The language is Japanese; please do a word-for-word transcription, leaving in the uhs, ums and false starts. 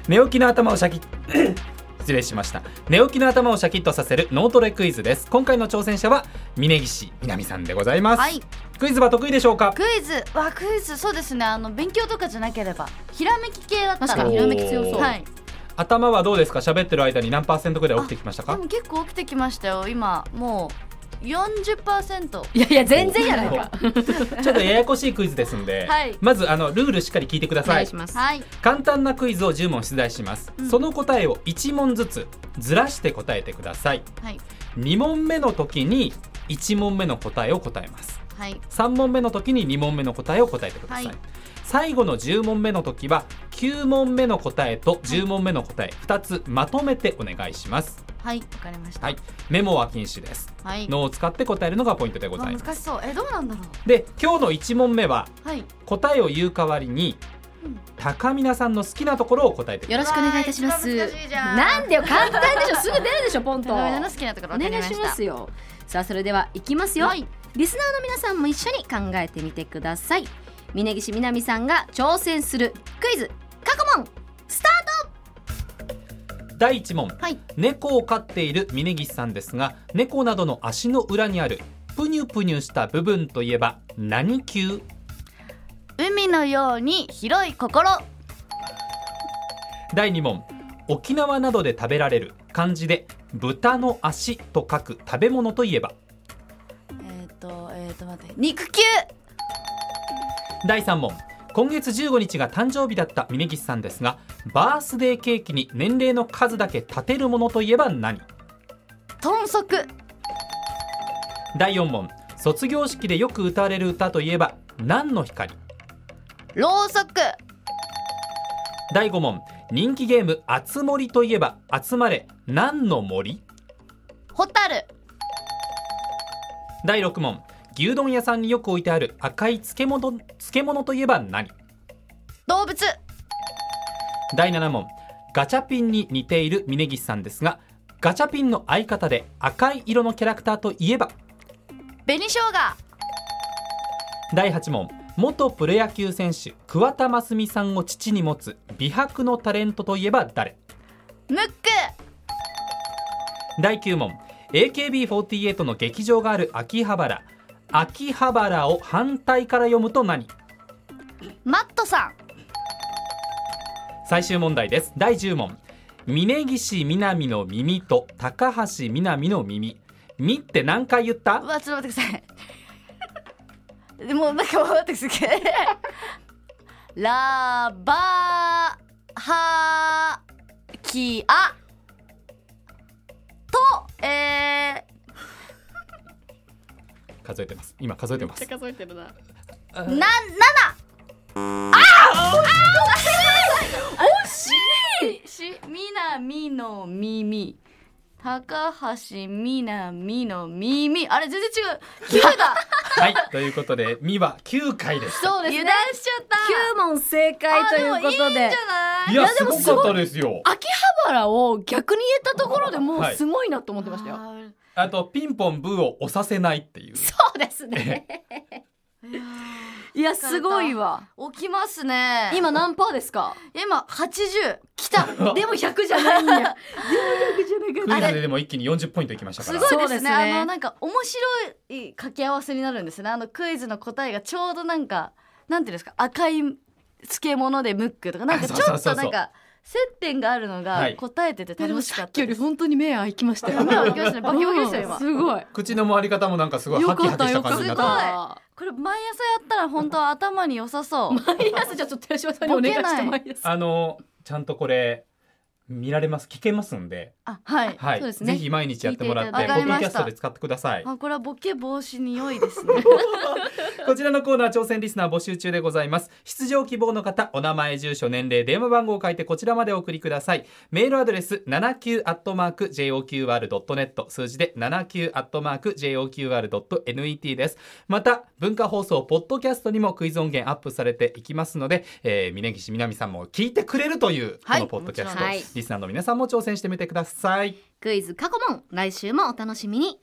寝起きの頭をシャキッ失礼しました。寝起きの頭をシャキッとさせる脳トレクイズです。今回の挑戦者は峯岸みなみさんでございます、はい、クイズは得意でしょうか？ クイズはクイズそうですね、あの勉強とかじゃなければひらめき系だったら。 確かにひらめき強そう、 はい、 頭はどうですか？喋ってる間に何パーセントぐらい起きてきましたか？ でも結構起きてきましたよ。今もうよんじゅっパーセント。 いやいや全然やないかちょっとややこしいクイズですんで、はい、まずあのルールしっかり聞いてください。お願いします、はい、簡単なクイズをじゅう問出題します、うん、その答えをいち問ずつずらして答えてください、はい、に問目の時にいち問目の答えを答えます、はい、さん問目の時にに問目の答えを答えてください、はい、最後のじゅう問目の時はきゅう問目の答えとじゅう問目の答えふたつまとめてお願いします。 はい、わかりました、 はい、メモは禁止です、はい、脳を使って答えるのがポイントでございます。 難しそう。え、どうなんだろう。 で、今日のいち問目は、はい、答えを言う代わりに、 うん、 高見菜さんの好きなところを答えてください。 よろしくお願いいたします。なんでよ、簡単でしょ、すぐ出るでしょ、ポンと。 高見菜の好きなところお願いしますよ。 さあ、それではいきますよ、はい、リスナーの皆さんも一緒に考えてみてください。峯岸みなみさんが挑戦するクイズ過去問スタート。 だいいち問、はい、猫を飼っている峯岸さんですが、猫などの足の裏にあるプニュプニュした部分といえば何球？ 海のように広い心。 だいに問、沖縄などで食べられる漢字で豚の足と書く食べ物といえば？ えっ、ー、とえっ、ー、と待って肉球。 だいさん問、今月じゅうごにちが誕生日だった峯岸さんですが、バースデーケーキに年齢の数だけ立てるものといえば何？ 豚足。 だいよん問、卒業式でよく歌われる歌といえば何の光？ ろうそく。 だいご問、人気ゲームあつ森といえば集まれ何の森？ ホタル。 だいろく問、牛丼屋さんによく置いてある赤い漬物、漬物といえば何？ 動物。 だいなな問、ガチャピンに似ている峯岸さんですが、ガチャピンの相方で赤い色のキャラクターといえば？ 紅生姜。 だいはち問、元プロ野球選手桑田真澄さんを父に持つ美白のタレントといえば誰？ ムック。 だいきゅう問、エーケービーフォーティーエイト の劇場がある秋葉原、秋葉原を反対から読むと何？ マットさん。 最終問題です。だいじゅう問、峯岸みなみの耳と高橋みなみの耳、みって何回言った？ うわ、ちょっと待ってくださいでもなんか待ってくださいラバハキアとえー数えてます。今数えてます。 めっちゃ数えてるな。 な、なな。ああ惜しい。 し、みなみの耳、高橋みなみの耳、あれ全然違う。きゅうだはい、ということでみはきゅうかいです。 そうですね、油断しちゃった。 きゅう問正解ということで。 いいんじゃない？ いや、すごかったですよ。 秋葉原を逆に言ったところでもうすごいなと思ってましたよ、はい、 あとピンポンブーを押させないっていう。 そうですねいやすごいわ。 起きますね。 今何パーですか？ 今はちじゅうきたでもひゃくじゃないんやでもひゃくじゃなかった。 クイズででも一気によんじゅっポイントいきましたから。 すごいですね。あのなんか面白い掛け合わせになるんですね。あのクイズの答えがちょうどなんかなんていうんですか、赤い漬物でムックとかなんかちょっとなんか接点があるのが答えてて楽しかったです。さっきより本当に目開きましたよ。 目開きましたね。バキバキですよ今。 すごい。 口の回り方もなんかすごいハキハキした感じになった。 これ毎朝やったら本当は頭に良さそう。 毎朝じゃあちょっと寺島さんにお願いして毎朝。 あのちゃんとこれ見られます、聞けますんで、 あ、はい、 はい、 そうですね、 ぜひ毎日やってもらってポッドキャストで使ってください。 あ、これはボケ防止に良いですねこちらのコーナー挑戦リスナー募集中でございます。出場希望の方、お名前、住所、年齢、電話番号を書いてこちらまでお送りください。メールアドレス ななきゅう アットマーク ジェイオーキューアール ドットネット、 数字で ななきゅう アットマーク ジェイオーキューアール ドットネット です。また文化放送ポッドキャストにもクイズ音源アップされていきますので、えー、峯岸みなみさんも聞いてくれるという、はい、このポッドキャスト、はい、リスナーの皆さんも挑戦してみてください。 クイズ過去問、来週もお楽しみに。